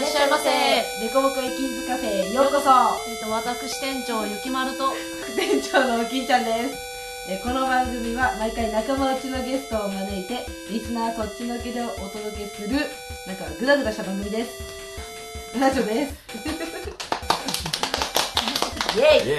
っしゃいませ。 デコボコエキンズカフェへようこそ。 私店長ゆきまると店長の金ちゃんです。この番組は毎回仲間内のゲストを招いてリスナーそっちのけでお届けするなんかグダグダした番組です。ラジオです。イエイ。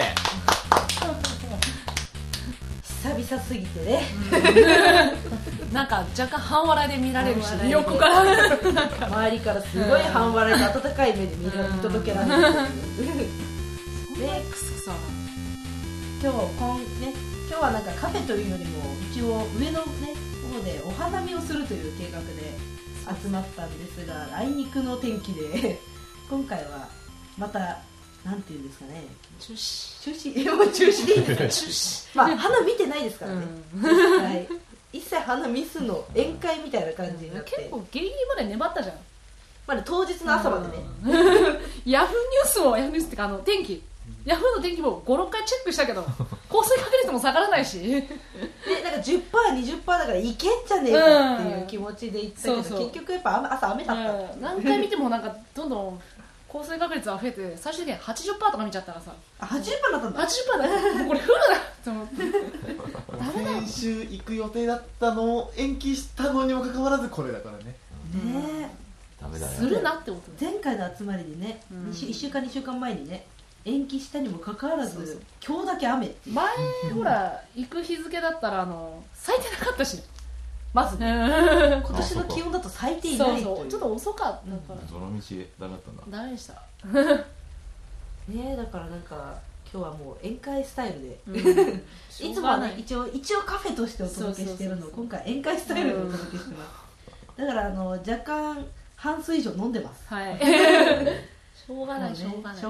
久々すぎてね、 なんか若干半笑いで見られるし、横から周りからすごい半笑いで温かい目で見届けられる。ね、 クソさ今日はなんかカフェというよりも一応上のね方でお花見をするという計画で集まったんですが、あいにくの天気で今回はまたなんていうんですかね、中止もう中止でいいですか。まあ花見てないですからね、はい、一切花見すの宴会みたいな感じになって、 結構ギリギリまで粘ったじゃん。 まだ当日の朝までね、 ヤフーニュースってか天気ヤフーの天気も 5,6 回チェックしたけど降水確率も下がらないしでなんか 10%、20% だからいけんじゃねえかっていう気持ちで言ったけど、結局やっぱ朝雨だった、 何回見てもなんかどんどん降水確率は増えて最終的に 80% とか見ちゃったらさ、 80% だったんだ。 80% だこれ降るなと思って先週行く予定だったのを延期したのにもかかわらずこれだからね。 ねえ、ダメだね。 するなってこと。 前回の集まりでね、1週間2週間前にね延期したにもかかわらず今日だけ雨っていう。 前ほら行く日付だったら咲いてなかったし、 まずね今年の気温だと咲いていないという。 そうちょっと遅かったから、 その道ダメだったんだ。 ダメでしたね。だからなんか今日はもう宴会スタイルで、いつもはね一応カフェとしてお届けしてるのを今回宴会スタイルでお届けしてます。だから若干半数以上飲んでます。 はいしょうがない、しょうがない。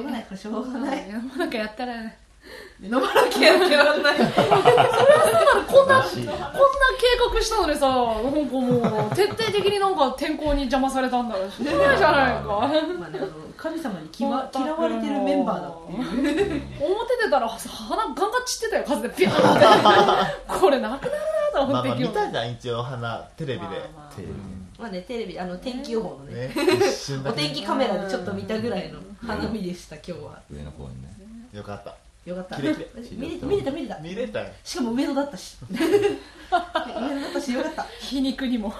なんかやったらね、 飲まなきゃいけない。それはさ、こんな計画したのにさ、なんかもう徹底的になんか天候に邪魔されたんだよ。しょうがないじゃないか。 まあね、神様に嫌われてるメンバーだっていう。 表出たら鼻ガンガン散ってたよ、風でビャーって。これなくなるなと思って。 見たじゃん一応花テレビで。 まあね、テレビ天気予報のねお天気カメラでちょっと見たぐらいの花見でした今日は。 上の方にね。よかった。 よかった。 見れた。 しかも上野だったしよかった。 皮肉にも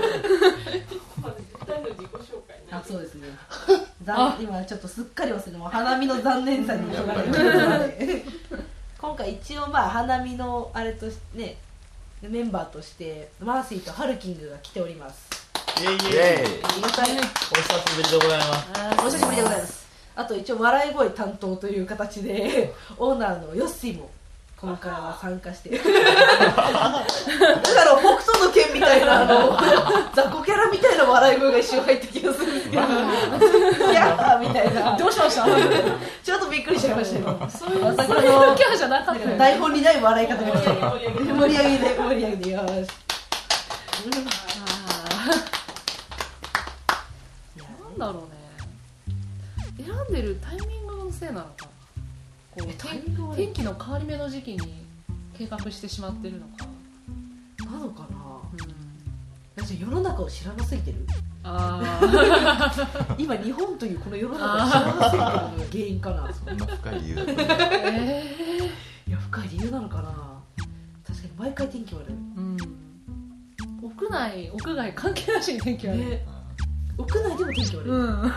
あ、そうですね。今ちょっとすっかり忘れて、も花見の残念さに取られるので今回一応まあ花見のあれとしてね、メンバーとしてマーシーとハルキングが来ております。 イエイイエイ。 ありがたい。 お久しぶりでございます。 お久しぶりでございます。あと一応笑い声担当という形でオーナーのヨッシーも今回は参加してだから北斗の拳みたいな雑魚キャラみたいな笑い声が一瞬入った気がするんですけどいやーみたいな。 どうしましたちょっとびっくりしちゃいましたよ。 そういうキャラじゃなかったよ。 台本にない笑い方で盛り上げてよーし。 なんだろうね、選んでるタイミングのせいなのか、こう天気の変わり目の時期に計画してしまってるのかなのかな。世の中を知らなすぎてる。今日本というこの世の中を知らなすぎてるのが原因かな。 そんな深い理由だった。 いや深い理由なのかな。確かに毎回天気悪い。 屋内屋外関係なしに天気悪い。 屋内でも天気悪い。なん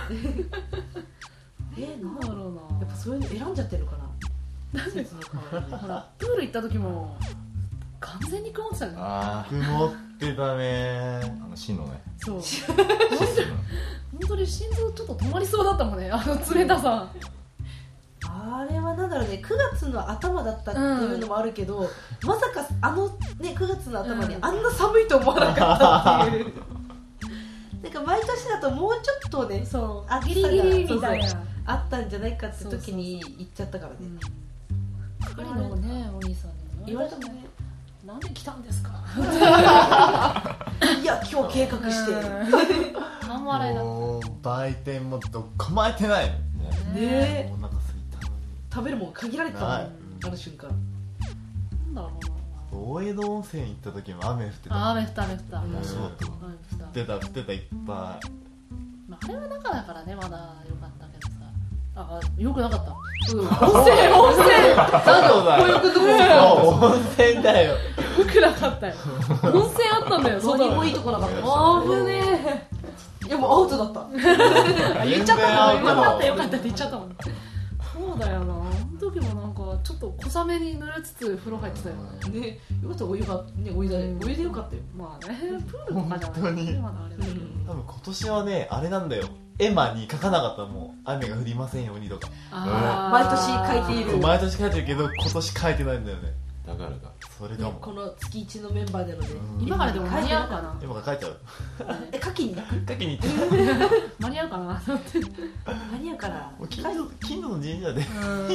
だろうな。やっぱそういうの選んじゃってるのかな。季節の変わり目。 ほらプール行った時も完全に曇ってたよね。 曇ってたね。芯のね。 そう。本当に心臓ちょっと止まりそうだったもんね、冷たさ。 あれはなんだろうね、9月の頭だったっていうのもあるけど、まさかね9月の頭にあんな寒いと思わなかったっていう。なんか毎年だともうちょっとね、 ギリギリみたいなあったんじゃないかって時に行っちゃったからね。 係のね、お兄さんに言われたもんね。 なんで来たんですかいや今日計画して半笑いだった。 もう売店もどこも開いてないね。 もうお腹すいたのに食べるもん限られてたもん、ある瞬間。 なんだろうな、 大江戸温泉行った時も雨降ってた。 雨降った。 そう降ってたいっぱい。 あれは中だからねまだ良かったけどさあ良くなかった、温泉そうだよ温泉だよ良くなかったよ温泉あったんだよ何もいいとこなかったあぶねいやもうアウトだった言っちゃったもん全然アウトだよかったよかったって言っちゃったもんそうだよなあの時もなんかちょっと小雨に濡れつつ風呂入ってたよねねよかったお湯がねお湯でよかったよまあねプールとかじゃない本当にまだあれだけど多分今年はねあれなんだよ絵馬に書かなかったもん雨が降りませんようにとか毎年書いている毎年書いてるけど今年書いてないんだよねだからかそれかも、 この月1のメンバーでのね今からでも間に合うかな絵馬が書いちゃう書きに行く書きに行って間に合うかなと思って間に合うからもう近所の神社で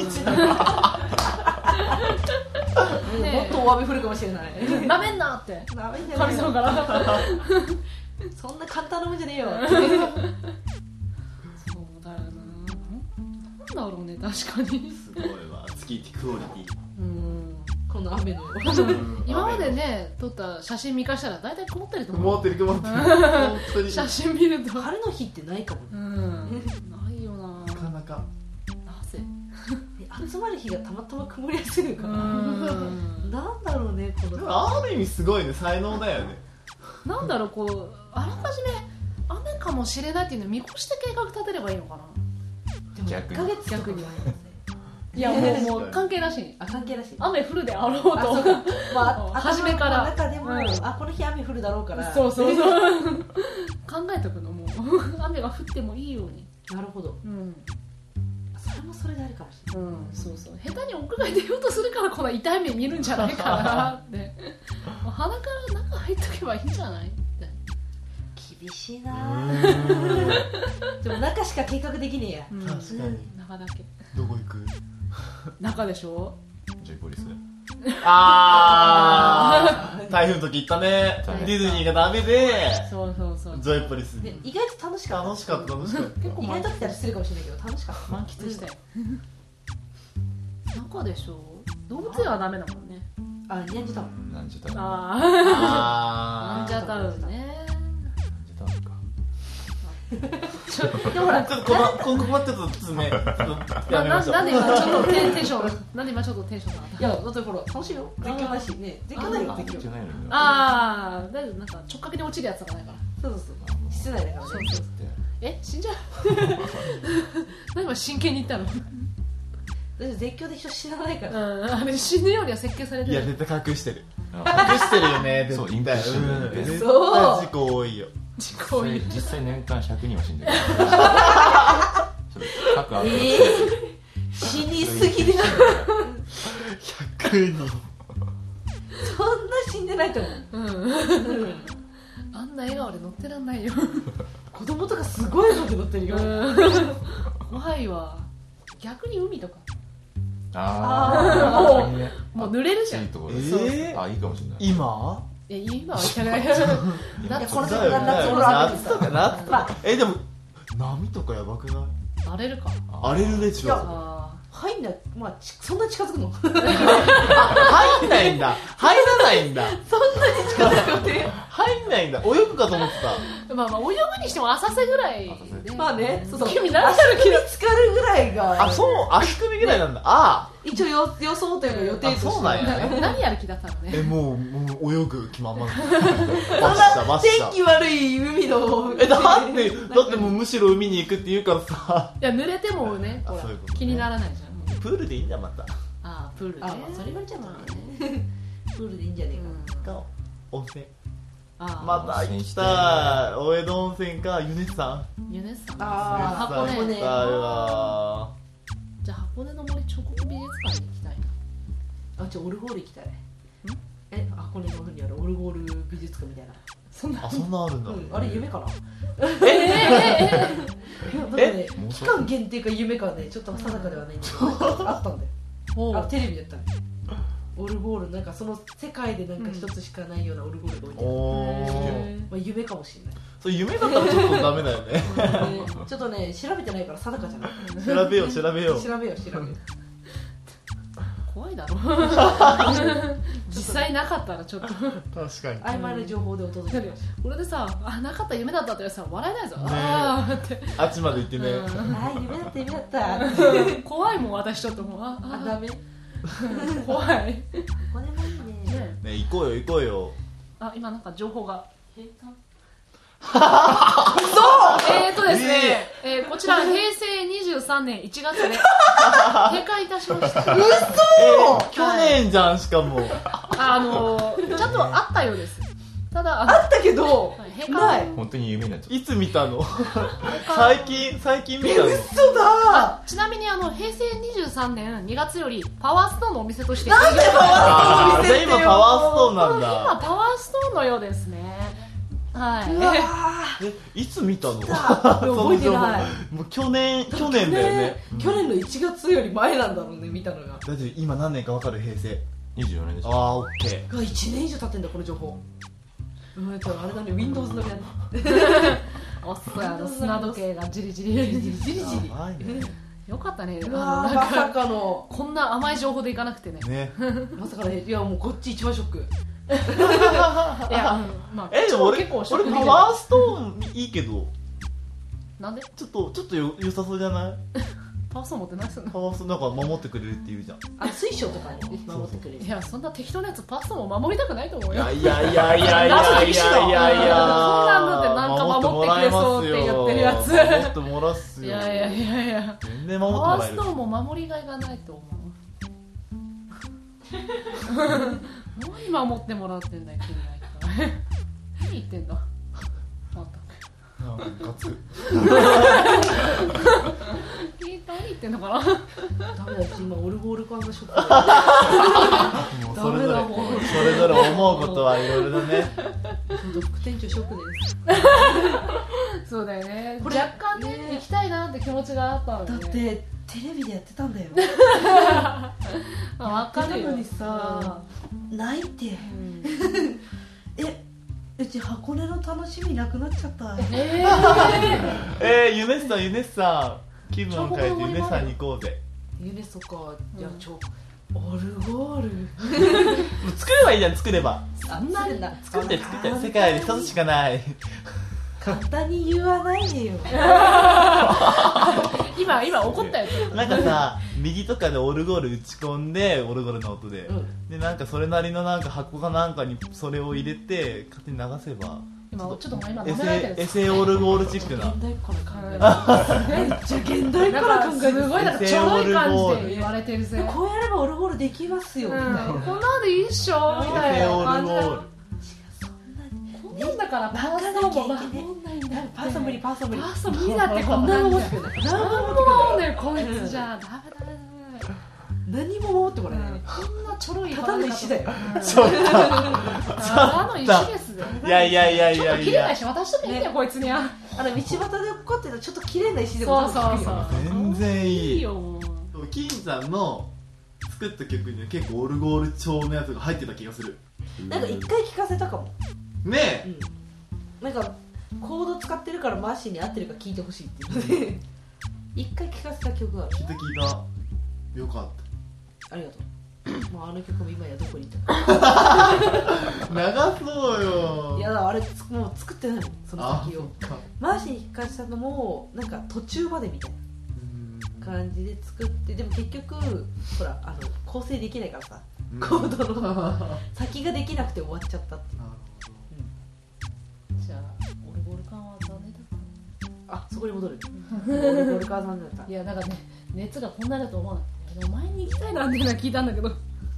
もっと大雨降るかもしれないなめんなってダメじゃな神いよ様からそんな簡単なもんじゃねえよそうだよななんだろうね確かにすごいわ月1クオリティうんこの雨の今までね撮った写真見返したら大体曇ってると思う曇ってる本当に写真見ると晴れの日ってないかもねないよななかなかなぜ集まる日がたまたま曇りやすいのかななんだろうねこでのもある意味すごいね才能だよねなんだろうこうあらかじめ雨かもしれないっていうのを見越して計画立てればいいのかな逆に 1ヶ月逆ににいやもう関係なしに関係なし雨降るであろうとそうかまあ初めから中でもうんこの日雨降るだろうからそう考えとくのもう雨が降ってもいいようになるほどうんそれもそれであるかもしれないそう下手に屋外出ようとするからこの痛い目見るんじゃないかなって鼻から中入っとけばいいんじゃないって厳しいなでも中しか計画できねえやうん確かに中だけどこ行く中でしょジョイポリス台風の時行ったね大変ディズニーがダメでそうジョイポリスに意外と楽しかった楽しかった意外とって言ったら失礼かもしれないけど楽しかった満喫したよ中でしょ動物園はダメだもんねニャンジタウンなんじゃたなんなんじゃタウンねじゃたんかでもほらちょっとこのままちょっと爪やめましょうなんで今ちょっとテンションなんで今ちょっとテンションがいやだってほら楽しいよ絶叫だしね絶叫ないよ絶叫じゃないのよああだけどなんか直角に落ちるやつがないからそう室内だからね死んじゃう何今真剣に言ったの絶叫で人知らないからあれ死ぬようには設計されてるいや絶対隠してる隠してるよねそう絶対隠蔽してるよね絶そう対事故多いよこういう実際年間100人は死んでるそれ各アプリ死にすぎでしょ 100人そんな死んでないと思うあんな笑顔で乗ってらんないよ子供とかすごいので乗ってるよ怖いわ逆に海とかあもう濡れるじゃんいいところであいいかもしれない今今は行かないだってこのだよね夏頃雨夏とか夏とかでも波とかやばくない荒れるか荒れるでしょあ入んないそんな近づくの入んないんだ入らないんだそんなに近づくって入んないんだ泳ぐかと思ってーまあ泳ぐにしても浅瀬ぐらいでまあねそう君何足首に浸かるぐらいがたあそう足首ぐらいなんだあ一応予想というか予定としてあそうなんや何やる気だったのねもう泳ぐ気満々 そんな天気悪い海のだってもうむしろ海に行くって言うからさいや濡れてもねほらそういうことね気にならないじゃんプールでいいんだまたプールねそれ言われちゃったねプールでいいんじゃねえかか温泉ままた行きたい大江戸温泉かユネッサンユネッサン箱根行きたいわじゃあ箱根の森彫刻美術館に行きたいなオルゴール行きたい箱根の方にあるオルゴール美術館みたいなそんなあそんなあるんだあれ夢かなえなんかね期間限定か夢かねちょっと定かではないんだけどあったんだよテレビでやったのオルゴールなんかその世界でなんか一つしかないようなオルゴールが置いてある夢かもしれないそれ夢だったらちょっとダメだよねちょっとね調べてないから定かじゃない調べよう調べよう怖いだろ実際なかったらちょっと確かに曖昧な情報でお届けしましこれでさなかった夢だったって言ったらさ笑えないぞ、 ねあーってあっちまで行ってね、 た。夢だった夢だった怖いもん私ちょっともうダメ。 怖い、ね、 これもいいね。 ね、行こうよ行こうよ。 今なんか情報が閉館ですね、こちら平成23年1月で閉会いたしました嘘去年じゃんしかも。 ちゃんとあったようです。ただあったけど閉ない会本当に夢になっちゃっいつ見たの？最近見たの？ 嘘だちなみに平成23年2月よりパワーストーンのお店としてなんでパワーストーンあーじゃあ今パワーストーンなん今だ。 パワーストーンのようですね。はうわいつ見たの？ 覚えてないもう去年だよね。 去年の1月より前なんだろうね見たのがだって今何年か分かる？平成。 24年でしょ。 あーオッケー。 が1年以上経ってんだこの情報あれだね Windows のやい。おっす砂時計がじりじりじりじりやばいね。 よかったね。 うわなんまさかのこんな甘い情報でいかなくてね。 ね。 まさかねいやもうこっち一番ショックいや、まあ、 でも俺結構ショックパ受けてワーストーンいいけど、 なんでちょっと良さそうじゃない？ パワーストーン持ってないっすよね。 パワーストーンなんか守ってくれるって言うじゃん。 水晶とかに守ってくれるいや、そんな適当なやつパワーストーンも守りたくないと思うよ。 いやいやいやいやいやいやいやいや。 そんなんだってなんか守ってくれそうって言ってるやつ守ってもらうっすいよ。 やいやいやいや。 全然パ守ってもらえるワースト。ーンも守りがいがないと思う。何守ってもらってんだよ、君が一体。何言ってんだ。まったく。 なんかつく。 何言ってんのかな。 ダメだよ今オルゴール感がショックだもうそれぞれ思うことはいろいろだね。 本当副店長ショックですそうだよね。 これ若干ね、 ね行きたいなって気持ちがあったのだで、ね。 ってテレビでやってたんだよわかるよ。 やってたのにさ泣いてうんうち箱根の楽しみなくなっちゃったユネッサン気分変えてユネッサンに行こうぜ。 ユネソかいやオルゴールもう作ればいいじゃん作れば。 そんなに作って世界で一つしかない。 簡単に言わないでよ今怒ったよ。 なんかさ右とかでオルゴール打ち込んでオルゴールの音で、でなんかそれなりのなんか箱かなんかにそれを入れて勝手に流せば今ちょっと今舐められてる。 エセオルゴールチックな現代から考えるめっちゃ現代だからからす考えるごいなんかちょろい感じで言われてるぜ。 こうやればオルゴールできますよみたいなこんなんでいいっしょみたいな感じで。 エセオルゴールこんなんだからパワーストーンも守んないんだって。 パーソ無理パワーストーン無理だってこんなのも。何も守んねえこいつじゃダメダメダメ。 何も守ってこれないこんなちょろいただの石だよちょっただの石ですよ。 といやいやいやいちょっやいやと綺麗な石渡しとっていいんだよこいつには。 道端で起こってたちょっと綺麗な石でもそうそうそう。 全然いいいいよもう。 金さんの作った曲には結構オルゴール調のやつが入ってた気がするなんか一回聞かせたかもねなんかコード使ってるからマーシーに合ってるか聞いてほしいっていうので一回聞かせた曲がある聞いたよかっありがとうもうあの曲も今やどこにいたかた流そうよいやだからあれもう作ってないのその先をそっかマーシーに聞かせたのもなんか途中までみたいな感じで作ってでも結局ほら構成できないからさうんコードの先ができなくて終わっちゃったっていうなるじゃあオルゴール感は残念だっあそこに戻るオルゴールカーさんだったた。いやなんかね熱がこんなだと思わなくて。お前に行きたいなっていうのは聞いたんだけど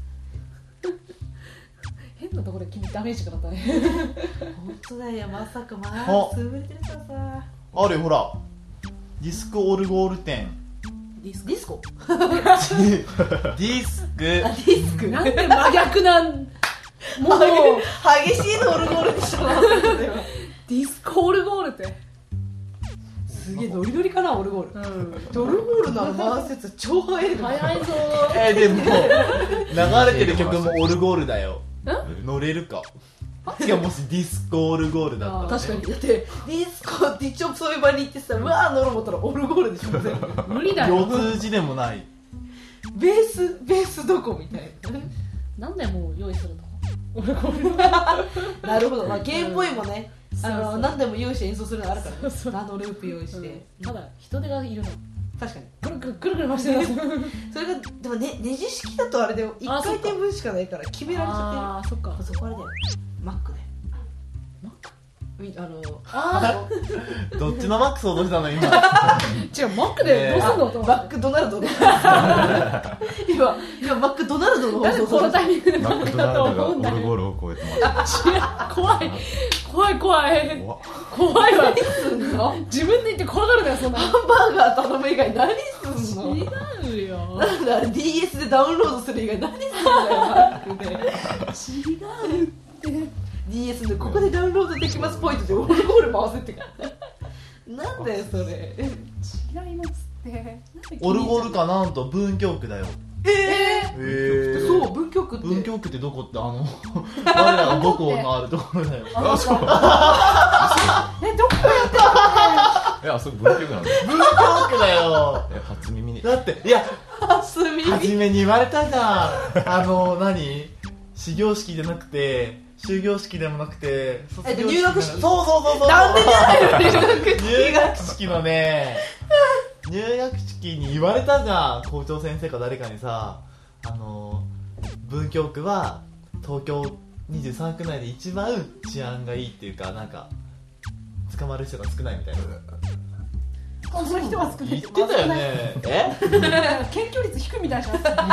変なところで君ダメージ食らったね。 本当だよまさかまおあ潰れてるからさほどあるよほらディスクオルゴール店ディスコディスクディスクなんで真逆なんもう激しいのオルゴールにしたなディスコオルゴールってすげえノリノリかなオルゴールうんオルゴールの回すやつ超速いの早いぞでも流れてる曲もオルゴールだよ乗れるかしかももしディスコオルゴールだったら、ね、 確かにだってディスコって一応そういう場に行ってさうわー乗ろう思ったらオルゴールでしょ全部無理だよ四つ字でもないベースどこみたいななんでもう用意するとなるほど、まあ、ゲームボーイもね、何でも用意して演奏するのあるからね。ナノループ用意して、 ただ人手がいるの。 確かにくるくるくるくる回してるそれがでもね、ネジ式だとあれで1回転分しかないから決められちゃってる。 ああそっか。 そこあれだよ、マックでどっちのマックスを落としたの今。 違う、マックでどうすんのと思マって。 ックドナルドの今マックドナルドの放送なんでこのタイミングでママックだとクドナルドが思うんだけど。 オルゴールを超えてます。 違う、怖い怖い怖い怖っ怖いわ。 すんの自分で言って怖がるなよ、そんな。 ハンバーガー頼む以外何すんの。 違うよ。 なんだ DS でダウンロードする以外何すんだよマックで。 違うって。 DS でここでダウンロードできますポイントでオルゴール回せってからなんだよそれ。 違いますって。 オルゴールかなんと文京区だよ。 そう文京区って文京区ってどこって、我らが母校のあるところだよ。 あ、そう。 どこやってあそこ文京区なんだ。 文京区だよ。 初耳に。 だっていや初耳初めに言われたじゃん。何始業式じゃなくて終業式でもなくて卒業式。 入学式。 そうなんでじゃないの入学式のね入学式に言われたじゃん、校長先生か誰かにさ、文京区は東京23区内で一番治安がいいっていうか、なんか捕まる人が少ないみたいな本当に人は少ない。 言ってたよね。 検挙率低いみたいじゃん。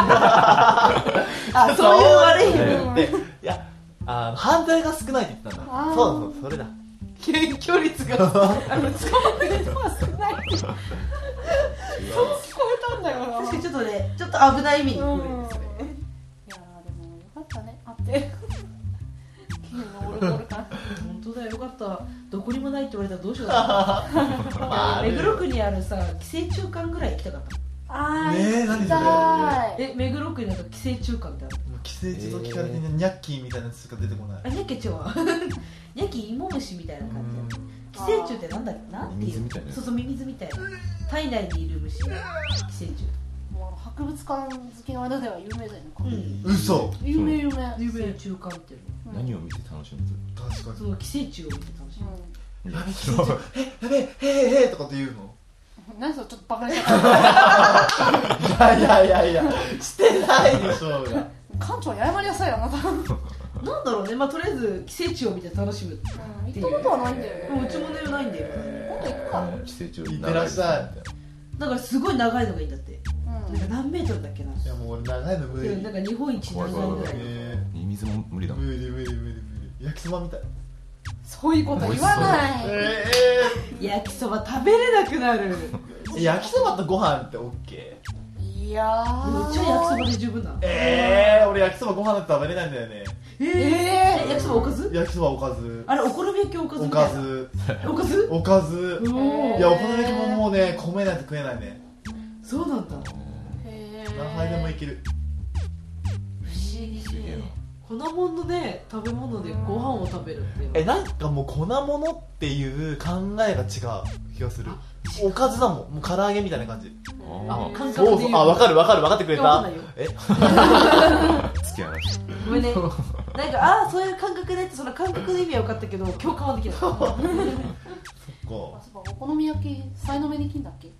あ、そういう悪いで、いや犯罪が少ないって言ってたんだ。そうそれだ。 検挙率が捕まってる人は少ない。そう聞こえたんだよな。 確かにちょっとね、ちょっと危ない意味に来るんですね。 いやーでもよかったね、あって君のオルゴール感。 本当だよ、よかった。どこにもないって言われたらどうしようかな。目黒区にあるさ、寄生虫館ぐらい行きたかった。 あねえ、何それ。 目黒区になんか寄生虫館ってある。 寄生虫と聞かれてニャッキーみたいなやつしか出てこない。 あ、ニャッケチはニャッキ芋虫みたいな感じ。寄生虫ってなんだっけ、なんていう。 ミミズみたいな。 そうそう、ミミズみたいな。体内にいる虫。寄生虫。 もう博物館好きの間では有名だよね。 嘘。 有名有名。 寄生虫館っていうの。 何を見て楽しむんですか。 確かその寄生虫を見て楽しむ。 やべ寄生虫、やべへえとかって言うの。 何それ、ちょっとバカにしちゃった。 いやしてないでしょうが。 館長謝りなさいよ、あなた。 なんだろうね、まあとりあえず寄生虫を見て楽しむ。 行ったことはないんだよね。 うちもね、ないんだよ。 今度行くか。 寄生虫いってらっしゃい。 だからすごい長いのがいいんだって。なんか何メートルだっけな。 いやもう俺長いの無理。 なんか日本一長いぐらい。 ミミズも無理だもん。 無理。焼きそばみたい。 そういうこと言わない。 焼きそば食べれなくなる。 焼きそばとご飯ってオッケいやー。 うちは焼きそばで十分なの。 俺焼きそばご飯だと食べれないんだよね。 焼きそばおかず？ 焼きそばおかず。 あれお好み焼きおかずおみたいな。 かず。 おかず？ おかず。 おーいやお好み焼きももうね米ないと食えないね。 そうなんだ。 何杯でもいける。 不思議。 すげえな。 粉もんのね食べ物でご飯を食べるっていうの。 なんかもう粉物っていう考えが違う気がする。おかずだもん。もう唐揚げみたいな感じ。 あ、感覚そうそう。 で言う。 あ、分かってくれたわかんないよ。 付き合いました。 ごめんね。なんかそういう感覚ねって、その感覚の意味は分かったけど共感はできない。 そっか。 お好み焼きさいの目に金だっけ？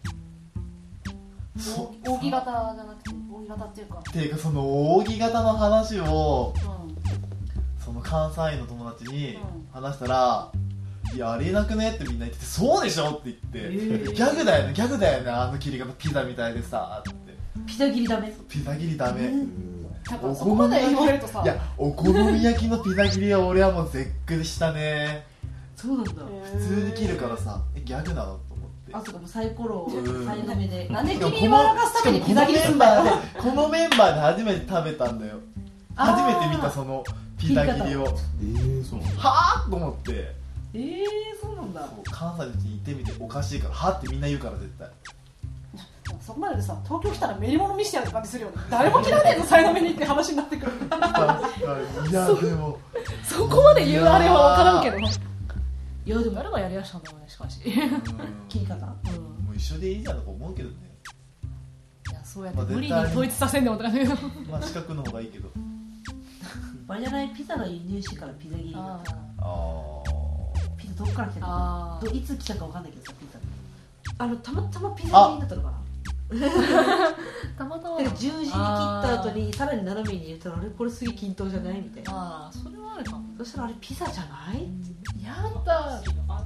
扇形じゃなくて扇形っていうか。 っていうかその扇形の話をうん。 その関西の友達に話したら、いやありえなくねってみんな言ってて、そうでしょって言って、ギャグだよねあの切り方ピザみたいでさって。 ピザ切りダメ。 ピザ切りダメ。 だからそこまで言われるとさ。 いやお好み焼きのピザ切りは俺はもう絶句したね。 そうなんだ。 普通に切るからさ、ギャグなのと思って。 あ、そうか、もうサイコロをサイの目で。 なんで君に笑かすためにピザ切りすんだよ。 このメンバーで初めて食べたんだよ。初めて見たそのピザ切りを。 そうなんだ。 はぁと思って。 そうなんだ。 関西のうちに行ってみておかしいからはってみんな言うから絶対。 そこまででさ、東京来たら練り物見してやるって感じするよね。誰も切らねえぞさいの目にって話になってくる。 いやでもそこまで言うあれは分からんけど。 いやでも誰がやりやしたんだろうね、しかし。 切り方。 もう一緒でいいじゃんとか思うけどね。 いや、そうやって無理に統一させんでもって感じ。 まあ四角の方がいいけど。 あれじゃない、ピザの輸入紙からピザ切りになった。 あピザどっから来たのあかいつ来たかわかんないけどさ、ピザたまたまピザ切りになったのかな。 たまたまだから十字に切った後にさらに斜めに入れたら、あれこれすげえ均等じゃないみたいな。 ああそれはあるかも。 そしたらあれピザじゃない？ やだ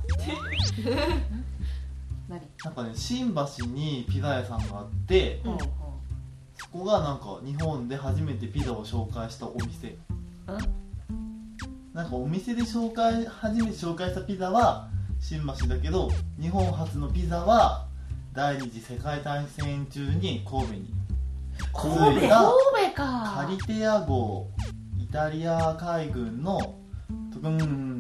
何なんかね、新橋にピザ屋さんがあって、 うんそこがなんか日本で初めてピザを紹介したお店。なんかお店で初めて紹介したピザは新橋だけど、日本初のピザは第二次世界大戦中に神戸に神戸着いた神戸かカリテア号イタリア海軍の何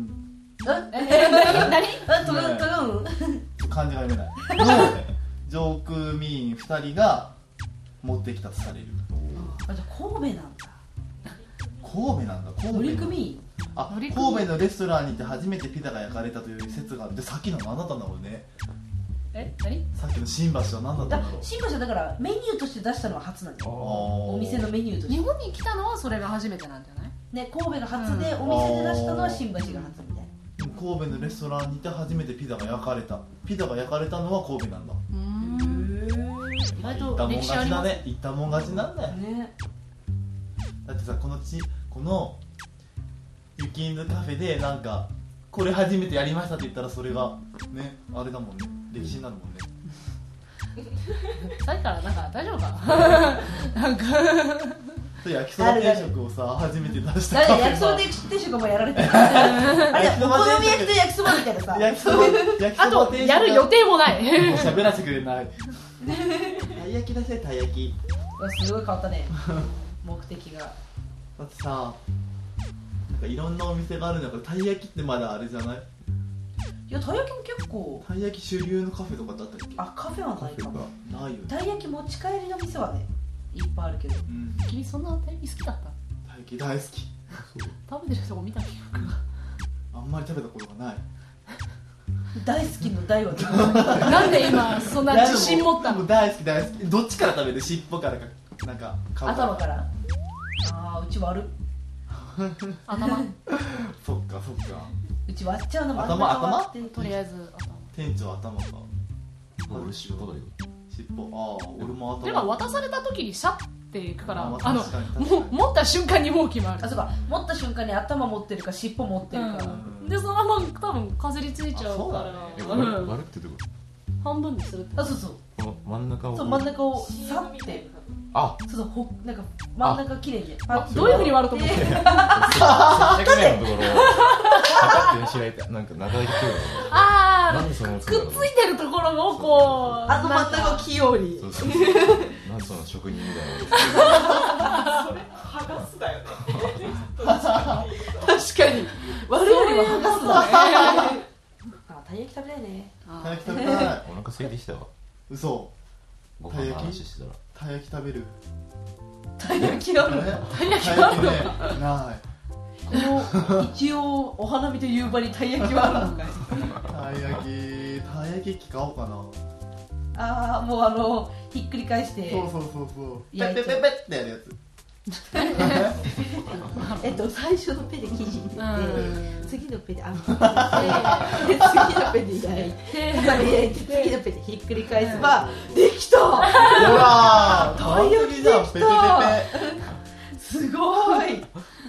トゥルントゥルン漢字が読めないの上空民員2人が持ってきたとされる。 あ、じゃあ神戸なんだ。 神戸なんだ。神戸乗組員。 あ、神戸のレストランにて初めてピザが焼かれたという説があって、さっきの何だったんだろうね。 何さっきの新橋は何だったんだろう。 新橋はだからメニューとして出したのは初なんだよ。 おお店のメニューとして日本に来たのはそれが初めてなんじゃない？ ね、神戸が初で、お店で出したのは新橋が初みたいな。 神戸のレストランにて初めてピザが焼かれた。ピザが焼かれたのは神戸なんだ。 意外と行ったもん歴史あります勝ちだね。行ったもん勝ちなんだよ。 ね。 だってさ、このユキンズカフェでなんかこれ初めてやりましたって言ったら、それがね、あれだもんね、歴史になるもんね。 さっきからなんか大丈夫かなんか焼きそば定食をさ、初めて出した誰焼きそば定食もやられてる。あれ、お好み焼きと焼きそばみたいなさ。 焼きそばあとやる予定もないもう喋らせてくれないたい焼き出せ、たい焼き。 すごい変わったね。目的が。 だってさ、なんかいろんなお店がある中で、たい焼きってまだあれじゃない？ いや、たい焼きも結構。 たい焼き主流のカフェとかだったっけ？ あ、カフェはないかも。 ないよね。 たい焼き持ち帰りの店はね、いっぱいあるけど。 うん、 君そんなたい焼き好きだった？ たい焼き大好き。 食べてるとこ見た記憶があんまり食べたことがない。 大好きの大はなんで今そんな自信持ったの？ 大好き大好き。どっちから食べる？尻尾からか、なんか顔頭から。ああ、うち割る。 頭そっかそっか。 うち割っちゃうのも頭とりあえず頭店長頭か。 俺尻尾だよ。 尻尾。ああ、俺も頭。 でも渡された時にシャッていくから、 あ確かに確かにもう持った瞬間にもう決まる。 あ、そうか。持った瞬間に頭持ってるか尻尾持ってるか。 でそのまま多分かじりついちゃうから割るってどういうこ半分にするってあ、そうそう。 と？この真ん中を。 そう、真ん中をさってあ、 そうそう、なんか真ん中きれいにどういうふうに割ると思って接着面のところを測って開いた、なんか長い勢いあなんでそのくっついてるところをこうあの真ん中を器用に。 そうなんでその職人みたいな。 それ剥がすだよね確かに割るよりは剥がすだね。あ、たい焼き食べたいね。 たい焼き食べたい。 お腹空いてきたわ。 嘘。 ご飯の話してたら。 たい焼き食べる？ たい焼きある。 たい焼きね、ない。 この一応お花見と夕張にたい焼きはあるのかい。 たい焼き器買おうかな。 ああ、もうひっくり返してそうそうそうそう。ペ焼いちゃうッペッペッペッってやるやつ。 最初のペで生地入れて、次のペであんこ入れて、次のペで焼いて、次のペでひっくり返せばできた。 ほらー、 たい焼きできた。 ペペペペ。 すごい。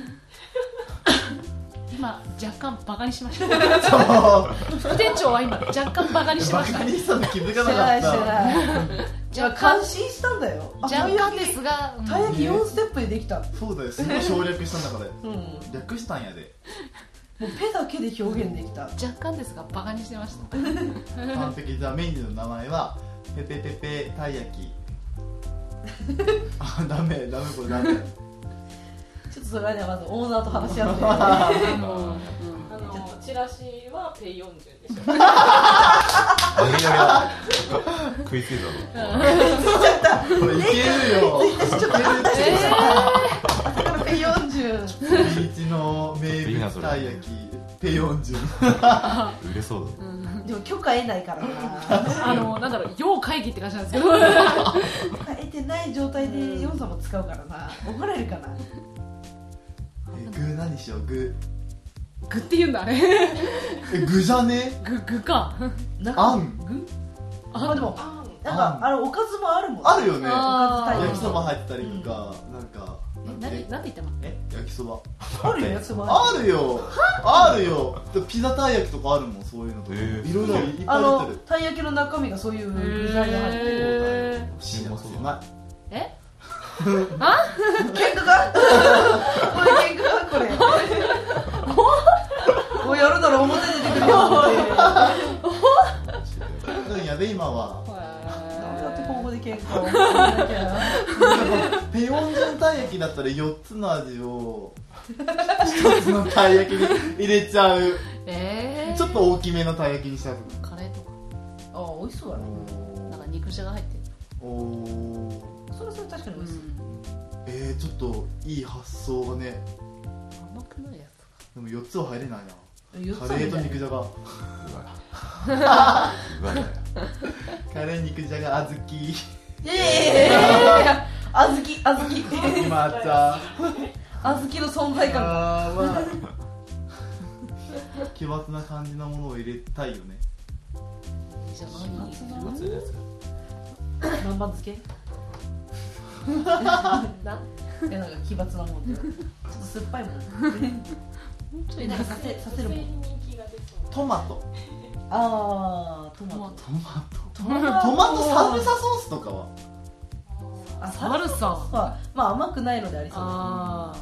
今若干バカにしました。 そう。 副店長は今若干バカにしました。 バカにしたの気づかしてなかっないしてた。 ない。じゃあ感心したんだよ。あ、 若干ですが、 たい焼き4ステップでできた。 そうだよ、すごい省略したんだから。 うん。もう略したんやで。 ペだけで表現できた。 若干ですがバカにしてました。 完璧。じゃあメニューの名前はペペペペたい焼き。あ、ダメこれダメ。 ちょっとそれはね、まずオーナーと話し合ってチラシはペイ40でしょ。 食いついたぞ。 これいけるよ。 ちょっと朝からペ40。 ビーチの名物たい焼きペ40。 売れそうだ。 でも許可得ないからな。 なんだろう、要会議って感じなんですけど。 得てない状態でヨンさんも使うからな。怒られるかな。 グ具何しよう、具って言うんだあれ具じゃね？ 具かあん具あでもあんなんかあれおかずもあるもんあるよね。 あー焼きそば入ったりとか、なんかなんて言ったの焼きそばあるよやつもあるあるよ、あるよ。ピザたい焼きとかあるもん、そういうのとか。いろいろいっぱい出てる。 たい焼きの中身がそういう具材が入ってる幸せうまい。 え喧嘩かこれ喧嘩かこれもうやるなら表出てくるようんやで今はだってここで喧嘩をしなきゃペヨンジュンたい焼きだったら4つの味を1つのたい焼きに入れちゃう。ちょっと大きめのたい焼きにしちゃう。 カレーとかあ美味しそうだねなんか肉じゃが入ってるそれ確かに美味しそうちょっといい発想がね。 甘くないやつかでも4つは入れないな。 4つカレーと肉じゃが、 うわだよ。 カレー肉じゃが小豆、 あずき今茶、 あずきの存在感があーまあ奇抜な感じのものを入れたいよね。 じゃあ夏のやつ南蛮漬け何なんか奇抜なもんでちょっと酸っぱいもんなんかさせるもん女性に人気が出そうトマト、 あートマトトマトサルサソースとかはサルサまあ甘くないのでありそうあ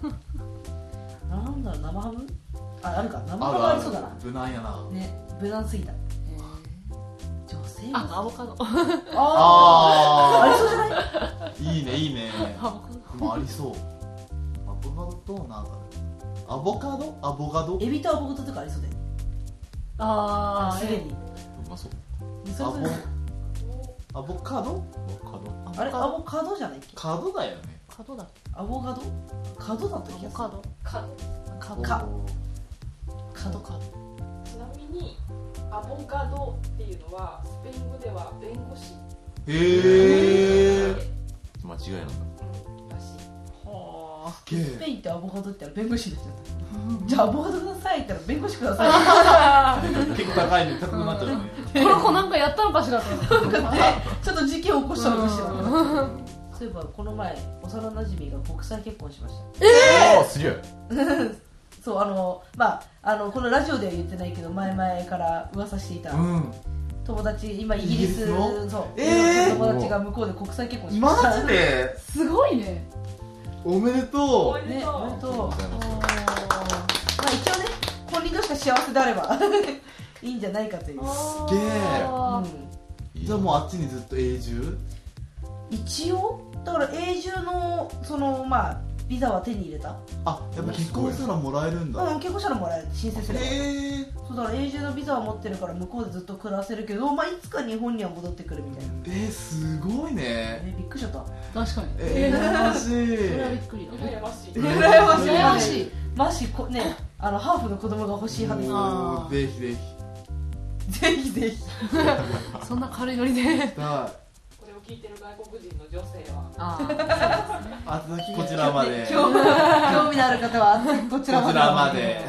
なんだろう生ハムあるか生ハムありそうだな無難やな。 ね無難すぎた女性あアボカドありそうじゃないいいねいいね。 アボカドでもありそう。アボカドとなんかアボカドエビとアボカドとかありそうだよあすでにうまそう。 それアボカドあれアボカドじゃないっけ角だよね。 角だアボカド角だったア気がするボカド角か角角ちなみにアボカドっていうのはスペイン語では弁護士へえ。 間違いなんだ。 らしい。 スペインってアボカドって言ったら弁護士になっちゃったじゃあアボカドくださいって言ったら弁護士ください結構高いね、高くなっちゃうね。 この子なんかやったのかしらってちょっと事件を起こしたのかしらそういえばこの前幼なじみが国際結婚しましたおーすげえ。 そうこのラジオでは言ってないけど前々から噂していた友達今イギリスイギリスのそう、友達が向こうで国際結婚しましたマジですごいねおめでとう。 ねおめでとうございます。 一応ね本人同士が幸せであればいいんじゃないかという、 すげえ。 うん、 じゃあもうあっちにずっと永住？ 一応だから永住のビザは手に入れたあ、やっぱ結婚したらもらえるんだ。 結婚したらもらえる申請すればへえ。 そうだから永住のビザは持ってるから向こうでずっと暮らせるけど、いつか日本には戻ってくるみたいな、 すごいね。 びっくりしちゃった確かに羨ましい。 それはびっくりだ羨ましい。 羨ましい羨ましいマジねハーフの子供が欲しい派ですあぜひぜひ。 ぜひぜひそんな軽いノリではい。 これを聞いてる外国人の女性はああずきこちらまで。 興味のある方はこちらまでこちらまで。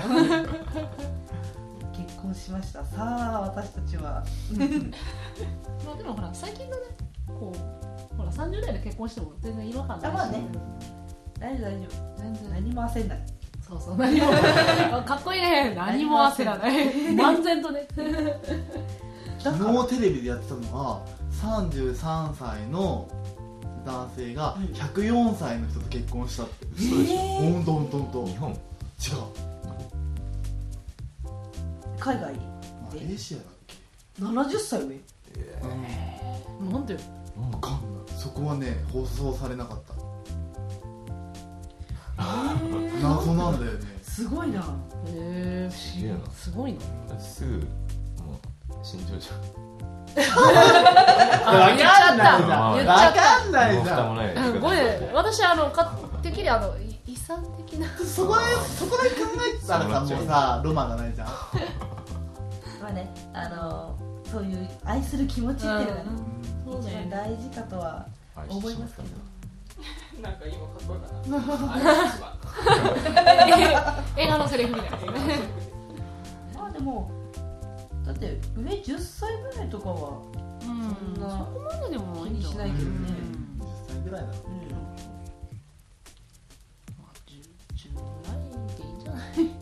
結婚しましたさあ私たちはまあでもほら最近のねこうほら30代で結婚しても全然違和感ないしまあね大丈夫全然何も焦んないそう何もかっこいいね何も焦らない漫然とね昨日テレビでやってたのが33歳の男性が104歳の人と結婚したって。 そうでしょ。 ほんと日本。 違う。 海外マレーシアだっけ？ 70歳上なんでわかんない。そこはね放送されなかった。謎なんだよね。 すごいなへえすげえな。 すごいなすぐもう死んじゃうじゃん。 わかんないじゃん。 あ言っちゃわったかんないもうじゃん。 蓋もない。 ごめん私てっきり遺産的なそこで考えてたらさもうさロマンがないじゃん。 まあねそういう愛する気持ちっていうのがねそうだよね大事かとは愛して思いますけどなんか今かっこよかったあれ一番映画のセリフみたいなまあでもだって上10歳ぐらいとかはそんなこまででも気にしないけどね、 10歳ぐらいなのまあ10ないでいいんじゃ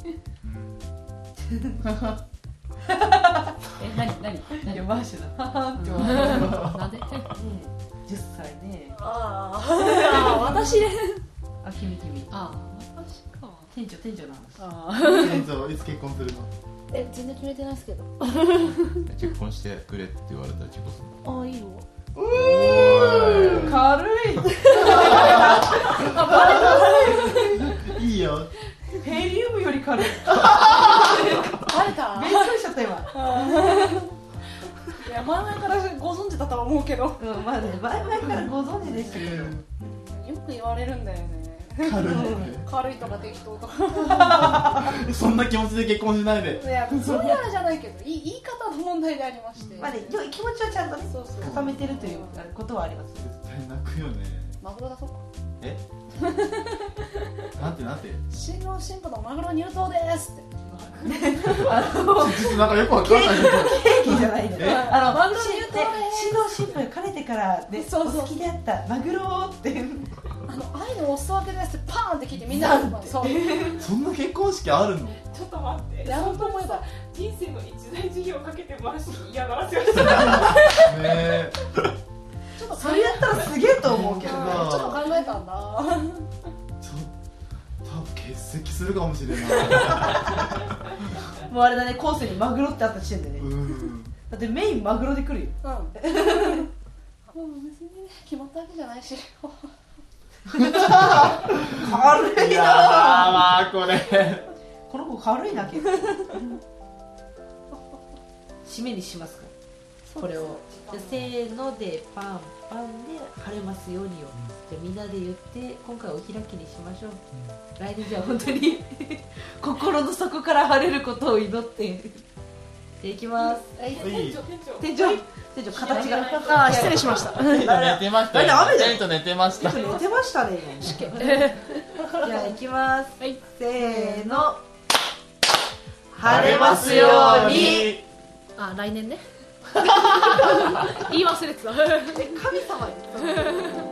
ない何いやマーシュだははって思うなんで 10歳ね私ね君あ私か店長の話店長いつ結婚するの？ 全然決めてないですけど結婚してくれって言われたら結婚するの？ あいいよ軽いいいよ。 ヘリウムより軽いバレた勉強しちゃった今いや前々からご存知だとは思うけどよまあね前々からご存知でしたけどく言われるんだよね軽いね。 軽いとか適当とかそんな気持ちで結婚しないで。 いやそういうあれじゃないけど言い方の問題でありましてまあね気持ちはちゃんとねそうそう固めてるということはあります絶対泣くよね。 マグロ出そうかえ？なんて？ 新郎新婦のマグロ入刀ですってなんかよくわかんないけど。 ケーキじゃないんだよマグロ入刀新郎新婦がかねてからでそうそうお好きであったマグロって愛のお裾分けですってパーンって聞いてみんなそうそんな結婚式あるの？ ちょっと待ってやろうと思えば人生の一大事業をかけて回し嫌がらせをしてたねえ。 ちょっとそれやったらすげえと思うけどねちょっと考えたんだ多分欠席するかもしれない。 もうあれだねコースにマグロってあった時点でねうん。 だってメインマグロで来るようんもう別にね決まったわけじゃないし軽いいやーなまあこれ。 この子軽いな結構締めにしますかこれをじゃあせーのでパンパンで晴れますようによじゃあみんなで言って今回お開きにしましょう来年じゃあ本当に心の底から晴れることを祈ってじゃあいきます店長店長形があ失礼しましたテント寝てましたよ。 ダメだよテント寝てました。 寝てましたねじゃあいきます、 はいせーの晴れますようにあ来年ね言い忘れてた神様に